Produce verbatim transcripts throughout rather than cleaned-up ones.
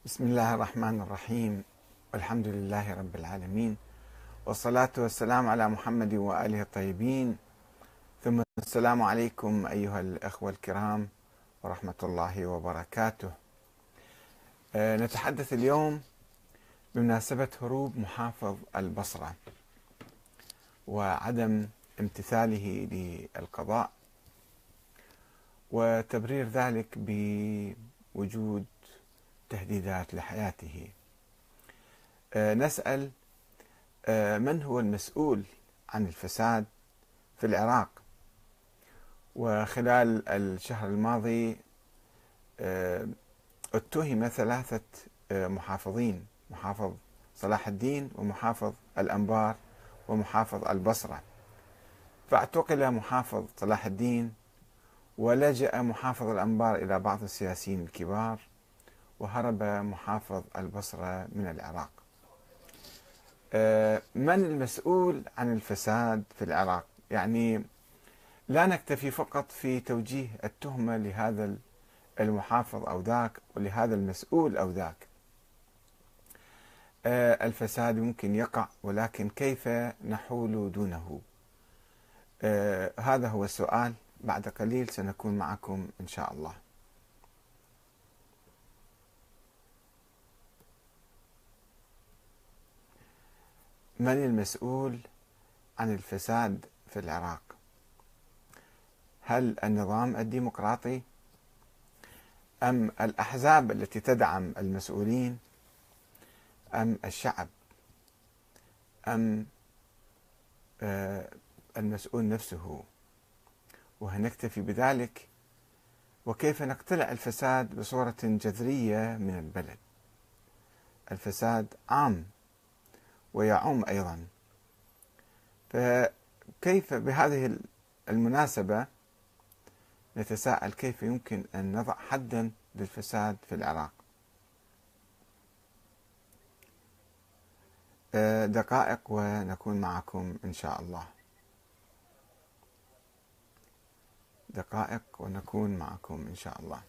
بسم الله الرحمن الرحيم، والحمد لله رب العالمين، والصلاة والسلام على محمد وآله الطيبين، ثم السلام عليكم أيها الأخوة الكرام ورحمة الله وبركاته. أه نتحدث اليوم بمناسبة هروب محافظ البصرة وعدم امتثاله للقضاء، وتبرير ذلك بوجود تهديدات لحياته. أه نسأل أه من هو المسؤول عن الفساد في العراق؟ وخلال الشهر الماضي أه اتهم ثلاثة أه محافظين، محافظ صلاح الدين ومحافظ الأنبار ومحافظ البصرة، فاعتقل محافظ صلاح الدين ولجأ محافظ الأنبار إلى بعض السياسيين الكبار، وهرب محافظ البصرة من العراق. من المسؤول عن الفساد في العراق؟ يعني لا نكتفي فقط في توجيه التهمة لهذا المحافظ أو ذاك ولهذا المسؤول أو ذاك. الفساد ممكن يقع، ولكن كيف نحول دونه؟ هذا هو السؤال. بعد قليل سنكون معكم إن شاء الله. من المسؤول عن الفساد في العراق؟ هل النظام الديمقراطي أم الأحزاب التي تدعم المسؤولين أم الشعب أم المسؤول نفسه؟ وهنكتفي بذلك؟ وكيف نقتلع الفساد بصورة جذرية من البلد؟ الفساد عام ويعم أيضا، فكيف بهذه المناسبة نتساءل كيف يمكن أن نضع حدا للفساد في العراق؟ دقائق ونكون معكم إن شاء الله. دقائق ونكون معكم إن شاء الله،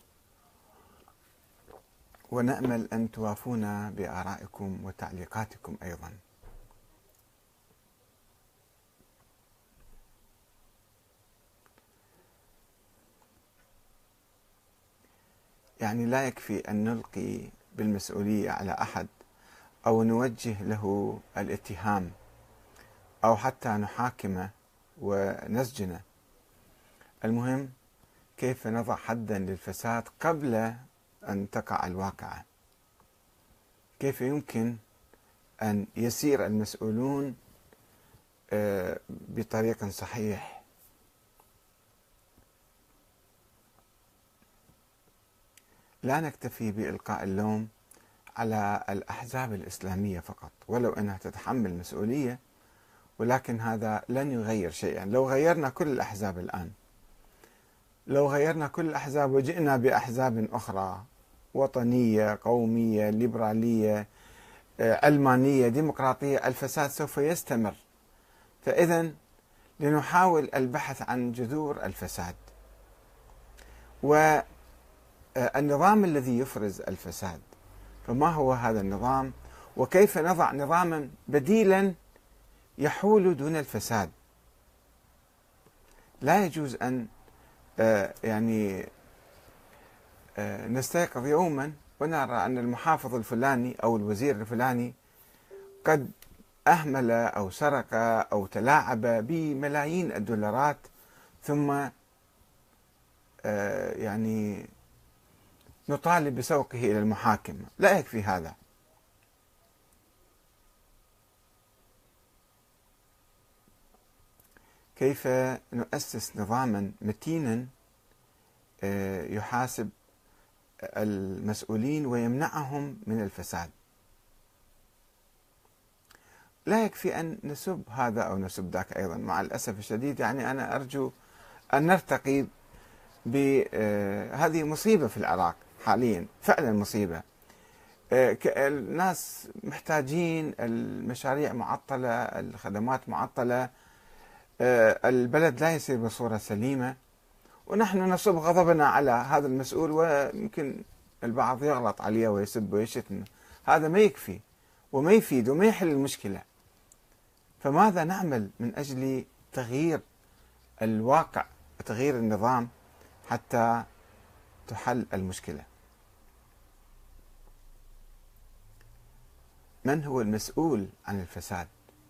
ونأمل أن توافونا بآرائكم وتعليقاتكم أيضا. يعني لا يكفي أن نلقي بالمسؤولية على أحد أو نوجه له الاتهام أو حتى نحاكمه ونسجنه. المهم كيف نضع حدا للفساد قبل أن تقع الواقعة. كيف يمكن أن يسير المسؤولون بطريق صحيح. لا نكتفي بإلقاء اللوم على الأحزاب الإسلامية فقط، ولو أنها تتحمل مسؤولية، ولكن هذا لن يغير شيئا. لو غيرنا كل الأحزاب الآن، لو غيرنا كل الأحزاب وجئنا بأحزاب أخرى وطنية، قومية، ليبرالية، علمانية، ديمقراطية، الفساد سوف يستمر. فإذا لنحاول البحث عن جذور الفساد والنظام الذي يفرز الفساد. فما هو هذا النظام؟ وكيف نضع نظاما بديلا يحول دون الفساد؟ لا يجوز أن يعني نستيقظ يوما ونرى أن المحافظ الفلاني أو الوزير الفلاني قد أهمل أو سرق أو تلاعب بملايين الدولارات، ثم يعني نطالب بسوقه إلى المحاكم. لا يكفي هذا. كيف نؤسس نظاما متينا يحاسب المسؤولين ويمنعهم من الفساد؟ لا يكفي أن نسب هذا أو نسب ذاك أيضا. مع الأسف الشديد يعني أنا أرجو أن نرتقي بهذه مصيبة في العراق حاليا، فعلا مصيبة. الناس محتاجين، المشاريع معطلة، الخدمات معطلة، البلد لا يسير بصورة سليمة، ونحن نصب غضبنا على هذا المسؤول ويمكن البعض يغلط عليه ويسب ويشتم، هذا ما يكفي وما يفيد وما يحل المشكلة. فماذا نعمل من أجل تغيير الواقع، تغيير النظام حتى تحل المشكلة؟ من هو المسؤول عن الفساد؟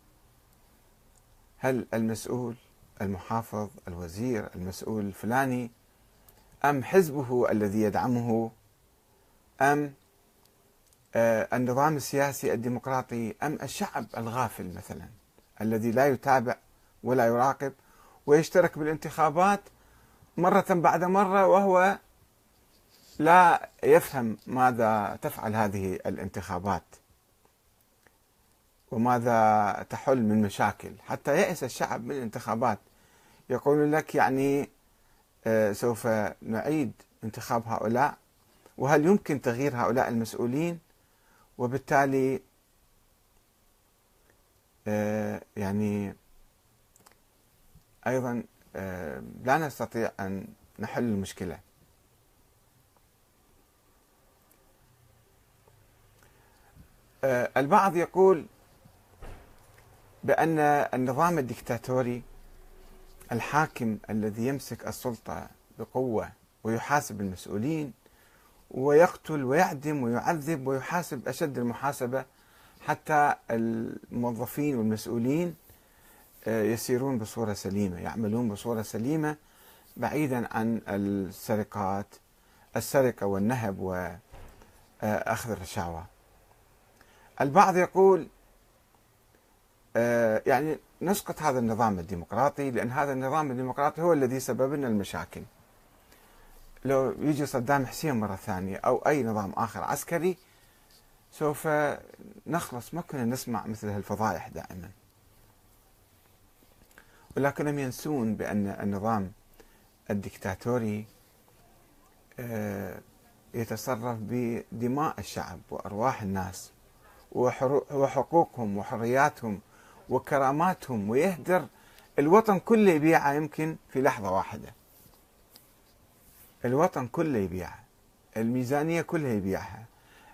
هل المسؤول المحافظ، الوزير، المسؤول الفلاني، أم حزبه الذي يدعمه، أم النظام السياسي الديمقراطي، أم الشعب الغافل مثلا الذي لا يتابع ولا يراقب ويشترك بالانتخابات مرة بعد مرة وهو لا يفهم ماذا تفعل هذه الانتخابات وماذا تحل من مشاكل، حتى يأس الشعب من الانتخابات. يقول لك يعني سوف نعيد انتخاب هؤلاء، وهل يمكن تغيير هؤلاء المسؤولين؟ وبالتالي يعني أيضا لا نستطيع أن نحل المشكلة. البعض يقول بأن النظام الدكتاتوري، الحاكم الذي يمسك السلطة بقوة ويحاسب المسؤولين ويقتل ويعدم ويعذب ويحاسب أشد المحاسبة، حتى الموظفين والمسؤولين يسيرون بصورة سليمة، يعملون بصورة سليمة بعيدا عن السرقات، السرقة والنهب وأخذ الرشاوى. البعض يقول يعني نسقط هذا النظام الديمقراطي، لأن هذا النظام الديمقراطي هو الذي سبب لنا المشاكل. لو يجي صدام حسين مرة ثانية أو أي نظام آخر عسكري سوف نخلص، ما كنا نسمع مثل هالفضائح دائما. ولكنهم ينسون بأن النظام الدكتاتوري يتصرف بدماء الشعب وأرواح الناس وحقوقهم وحرياتهم وكراماتهم، ويهدر الوطن كله، يبيعه يمكن في لحظة واحدة. الوطن كله يبيعها، الميزانية كلها يبيعها،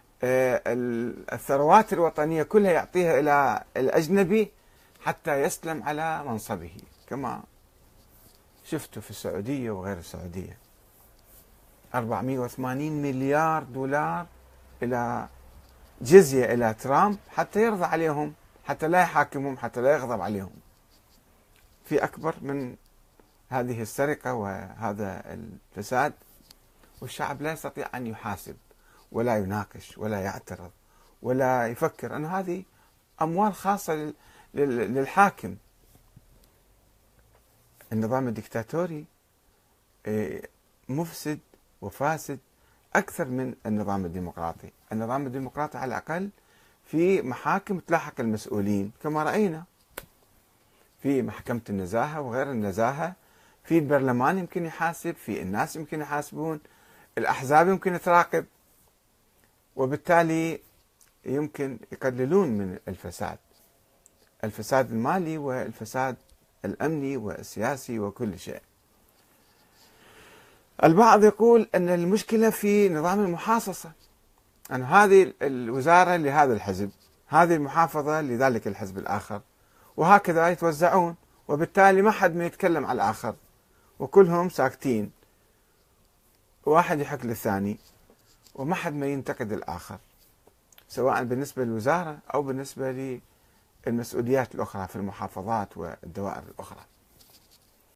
الثروات الوطنية كلها يعطيها إلى الأجنبي حتى يسلم على منصبه، كما شفتوا في السعودية وغير السعودية. أربعمئة وثمانين مليار دولار إلى جزية إلى ترامب حتى يرضى عليهم، حتى لا يحاكمهم، حتى لا يغضب عليهم. في أكبر من هذه السرقة وهذا الفساد؟ والشعب لا يستطيع أن يحاسب ولا يناقش ولا يعترض ولا يفكر أن هذه أموال خاصة للحاكم. النظام الدكتاتوري مفسد وفاسد أكثر من النظام الديمقراطي. النظام الديمقراطي على الأقل في محاكم تلاحق المسؤولين كما رأينا في محكمة النزاهة وغير النزاهة، في البرلمان يمكن يحاسب، في الناس يمكن يحاسبون، الأحزاب يمكن تراقب، وبالتالي يمكن يقللون من الفساد، الفساد المالي والفساد الأمني والسياسي وكل شيء. البعض يقول أن المشكلة في نظام المحاصصة، أن هذه الوزارة لهذا الحزب، هذه المحافظة لذلك الحزب الآخر، وهكذا يتوزعون، وبالتالي ما حد ما يتكلم على الآخر وكلهم ساكتين، واحد يحك للثاني وما حد ما ينتقد الآخر، سواء بالنسبة للوزارة أو بالنسبة للمسؤوليات الأخرى في المحافظات والدوائر الأخرى.